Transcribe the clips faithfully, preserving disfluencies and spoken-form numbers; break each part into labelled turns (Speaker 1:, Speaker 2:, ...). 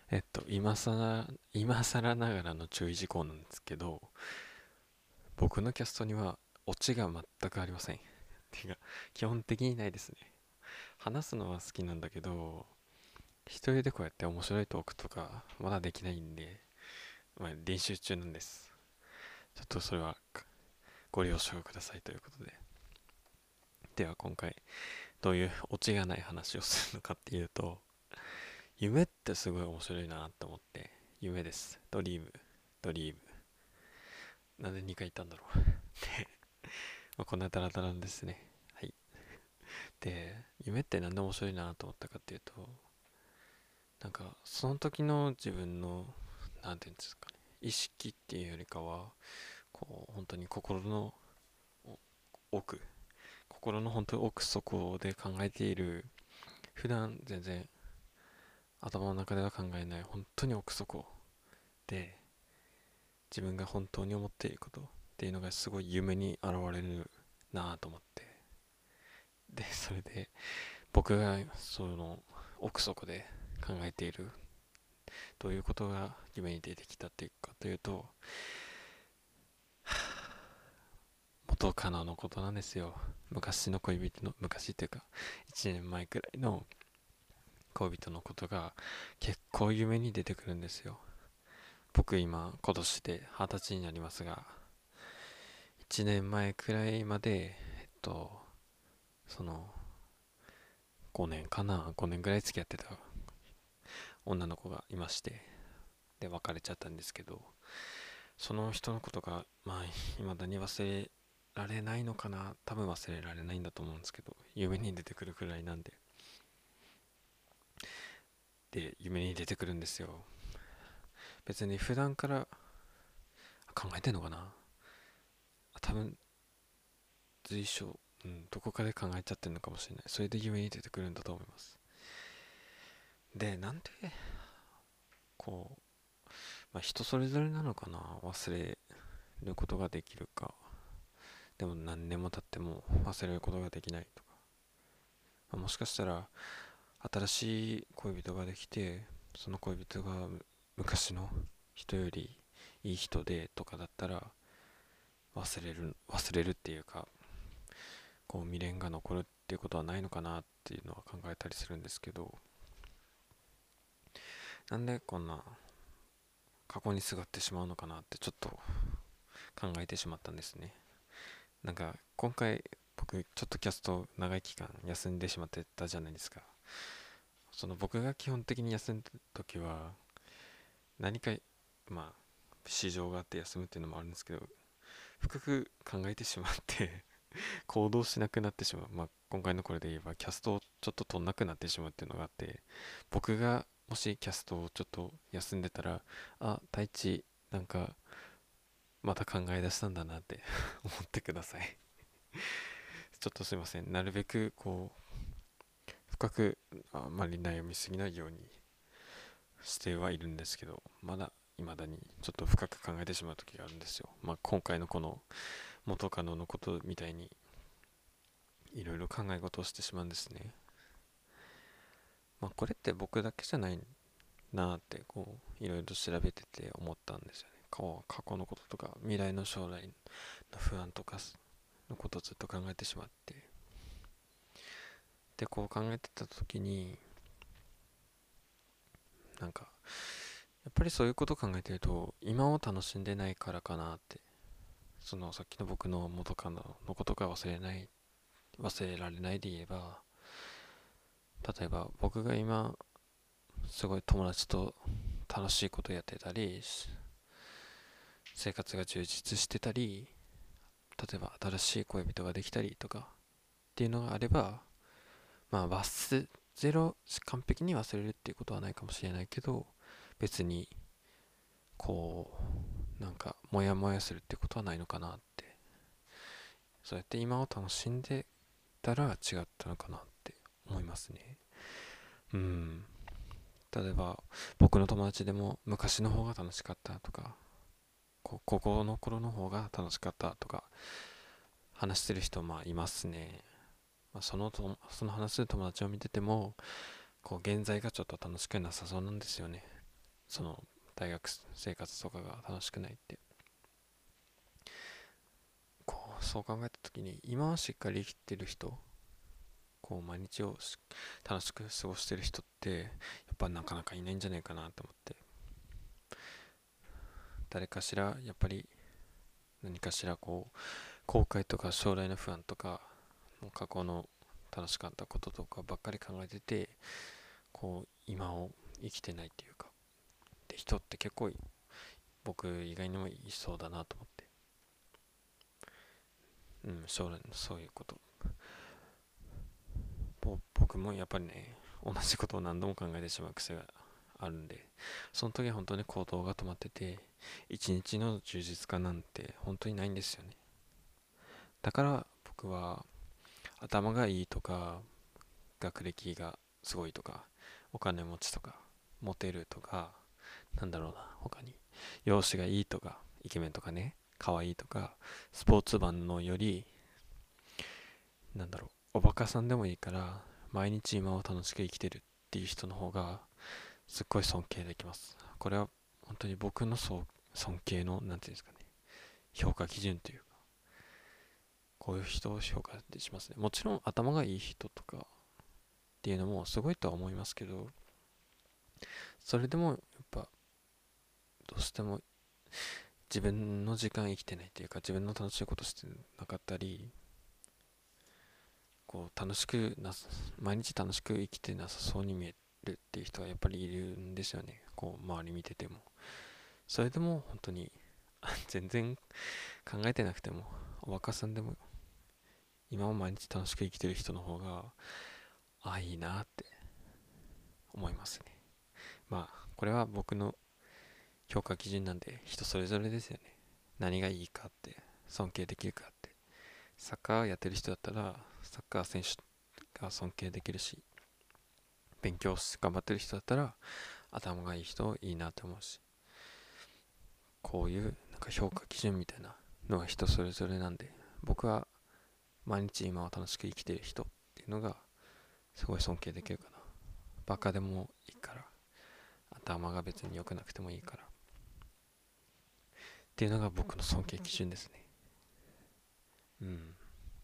Speaker 1: えっと、今さら、今更ながらの注意事項なんですけど、僕のキャストにはオチが全くありません。てか、基本的にないですね。話すのは好きなんだけど、一人でこうやって面白いトークとか、まだできないんで、まあ、練習中なんです。ちょっとそれはご了承くださいということで。では今回、どういうオチがない話をするのかっていうと、夢ってすごい面白いなって思って、夢です。ドリーム、ドリーム。なんでにかい言ったんだろう。まあ、こんなダラダラなんですね。はい。で、夢ってなんで面白いなと思ったかっていうと、なんか、その時の自分の、なんていうんですかね、意識っていうよりかは、こう、本当に心の奥、心の本当に奥底で考えている、普段全然頭の中では考えない、本当に奥底で、自分が本当に思っていることっていうのがすごい夢に現れるなと思って、で、それで、僕がその奥底で考えているどういうことが夢に出てきたっていうかというと、元カノのことなんですよ。昔の恋人の、昔っていうかいちねんまえくらいの恋人のことが結構夢に出てくるんですよ。僕今今年ではたちになりますが、いちねんまえくらいまでえっとそのごねんかな、ごねんぐらい付き合ってた女の子がいまして、で別れちゃったんですけど、その人のことがまあ未だに忘れられないのかな、多分忘れられないんだと思うんですけど、夢に出てくるくらいなんで、で夢に出てくるんですよ。別に普段から考えてんのかな、多分随所、うん、どこかで考えちゃってるのかもしれない。それで夢に出てくるんだと思います。で、なんでこう、まあ、人それぞれなのかな、忘れることができるか。でも何年も経っても忘れることができないとか、まあ、もしかしたら新しい恋人ができて、その恋人が昔の人よりいい人でとかだったら、忘れる忘れるっていうか、こう未練が残るっていうことはないのかなっていうのは考えたりするんですけど、なんでこんな過去にすがってしまうのかなってちょっと考えてしまったんですね。なんか今回僕ちょっとキャスト長い期間休んでしまってたじゃないですか。その僕が基本的に休んだ時は何か、まあ市場があって休むっていうのもあるんですけど、深く考えてしまって行動しなくなってしまう、まあ、今回のこれで言えばキャストをちょっと取んなくなってしまうっていうのがあって、僕がもしキャストをちょっと休んでたら、あ、太一なんかまた考え出したんだなって思ってください。ちょっとすいません、なるべくこう深くあまり悩みすぎないようにしてはいるんですけど、まだ未だにちょっと深く考えてしまう時があるんですよ。まあ今回のこの元カノのことみたいにいろいろ考え事をしてしまうんですね。まあこれって僕だけじゃないなーってこういろいろ調べてて思ったんですよね。こう過去のこととか未来の将来の不安とかのことをずっと考えてしまって、でこう考えてた時に、なんかやっぱりそういうことを考えてると今を楽しんでないからかなって、そのさっきの僕の元カノのことが忘れない忘れられないで言えば、例えば僕が今すごい友達と楽しいことやってたり、生活が充実してたり、例えば新しい恋人ができたりとかっていうのがあれば、まあ忘ゼロ完璧に忘れるっていうことはないかもしれないけど、別にこうなんかモヤモヤするってことはないのかなって、そうやって今を楽しんでたら違ったのかなって思いますね。うん。例えば僕の友達でも昔の方が楽しかったとか、こ高校の頃の方が楽しかったとか話してる人まあいますね。まあ、そのとその話する友達を見てても、こう現在がちょっと楽しくなさそうなんですよね。 その大学生活とかが楽しくないって、こうそう考えた時に、今はしっかり生きてる人、こう毎日を楽しく過ごしてる人ってやっぱなかなかいないんじゃないかなと思って、誰かしらやっぱり何かしらこう後悔とか将来の不安とか、もう過去の楽しかったこととかばっかり考えてて、こう今を生きてないっていうか、で人って結構僕以外にもいそうだなと思って、うん、将来のそういうこと、ぼ僕もやっぱりね、同じことを何度も考えてしまう癖があるんで、その時は本当に行動が止まってて、一日の充実感なんて本当にないんですよね。だから僕は頭がいいとか、学歴がすごいとか、お金持ちとか、モテるとか、なんだろうな、他に、容姿がいいとか、イケメンとかね、可愛いとか、スポーツマンのより、なんだろう、おバカさんでもいいから、毎日今を楽しく生きてるっていう人の方が、すっごい尊敬できます。これは本当に僕のそう尊敬の、なんていうんですかね、評価基準というか、こういう人を評価しますね。もちろん頭がいい人とかっていうのもすごいとは思いますけど、それでもやっぱどうしても自分の時間生きてないっていうか、自分の楽しいことしてなかったり、こう楽しくな毎日楽しく生きてなさそうに見えるっていう人はやっぱりいるんですよね。こう周り見てても、それでも本当に全然考えてなくても、お若さんでも今も毎日楽しく生きてる人の方が、ああいいなって思いますね。まあこれは僕の評価基準なんで、人それぞれですよね。何がいいかって、尊敬できるかって、サッカーやってる人だったらサッカー選手が尊敬できるし、勉強頑張ってる人だったら頭がいい人いいなと思うし、こういうなんか評価基準みたいなのは人それぞれなんで、僕は毎日今を楽しく生きてる人っていうのがすごい尊敬できるかな。バカでもいいから、頭が別に良くなくてもいいからっていうのが僕の尊敬基準ですね。うん。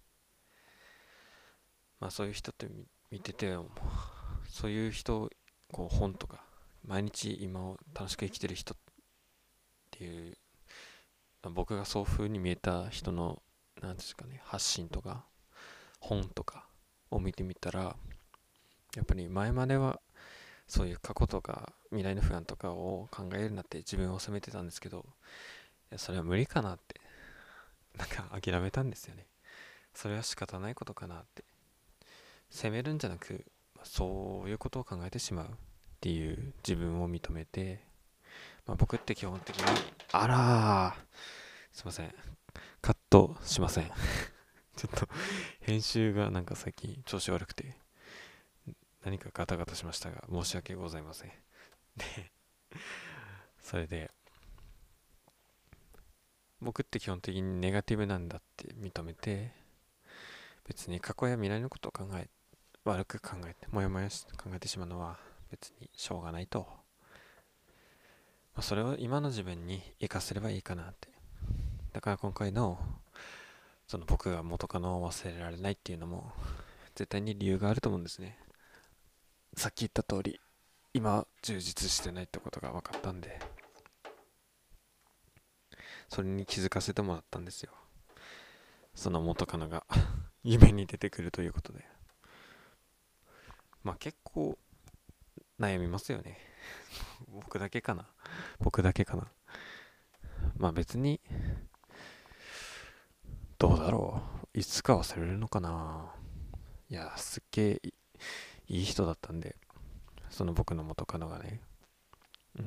Speaker 1: まあそういう人って見見てて、そういう人、こう本とか、毎日今を楽しく生きてる人っていう、僕がそういう風に見えた人の、なんですかね、発信とか、本とかを見てみたら、やっぱり前まではそういう過去とか未来の不安とかを考えるなって自分を責めてたんですけど、いやそれは無理かなって、なんか諦めたんですよね。それは仕方ないことかなって。責めるんじゃなく、そういうことを考えてしまうっていう自分を認めて、まあ、僕って基本的に、あらー、すいません、カットしません。ちょっと編集がなんか最近調子悪くて、何かガタガタしましたが、申し訳ございません。で、それで、僕って基本的にネガティブなんだって認めて、別に過去や未来のことを考え、悪く考えて、もやもやし考えてしまうのは別にしょうがないと。まあ、それを今の自分に活かせればいいかなって。だから今回の、その僕が元カノを忘れられないっていうのも、絶対に理由があると思うんですね。さっき言った通り、今充実してないってことが分かったんで、それに気づかせてもらったんですよ。その元カノが夢に出てくるということで。まあ結構悩みますよね。僕だけかな。僕だけかな。まあ別に、どうだろう。いつか忘れるのかな。いや、すっげえいい人だったんで、その僕の元カノがね。うん、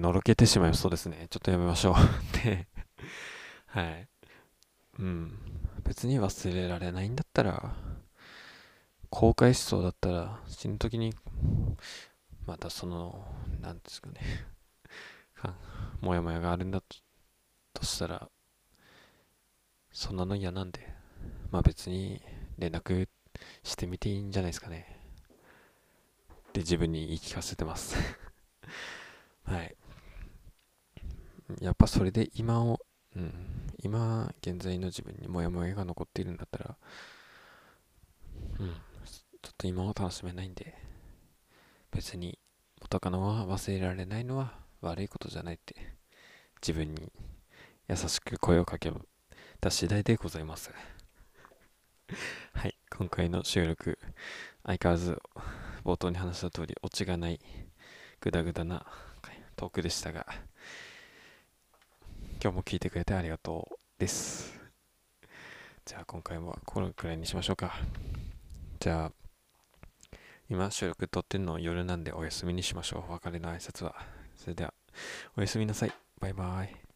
Speaker 1: のろけてしまいそうですね。ちょっとやめましょう。で、はい。うん。別に忘れられないんだったら、後悔しそうだったら、死ぬ時に、またその、なんですかね、もやもやがあるんだととしたら、そんなの嫌なんで、まあ別に連絡してみていいんじゃないですかね。って自分に言い聞かせてます。はい。 やっぱそれで今を、うん、今現在の自分にモヤモヤが残っているんだったら、うん、ちょっと今を楽しめないんで、別に元カノは忘れられないのは悪いことじゃないって自分に優しく声をかけた次第でございます。はい、今回の収録、相変わらず冒頭に話した通りオチがないグダグダなトークでしたが、今日も聞いてくれてありがとうです。じゃあ今回もこのくらいにしましょうか。じゃあ今収録撮ってんの夜なんでお休みにしましょう。お別れの挨拶は。それではおやすみなさい。バイバイ。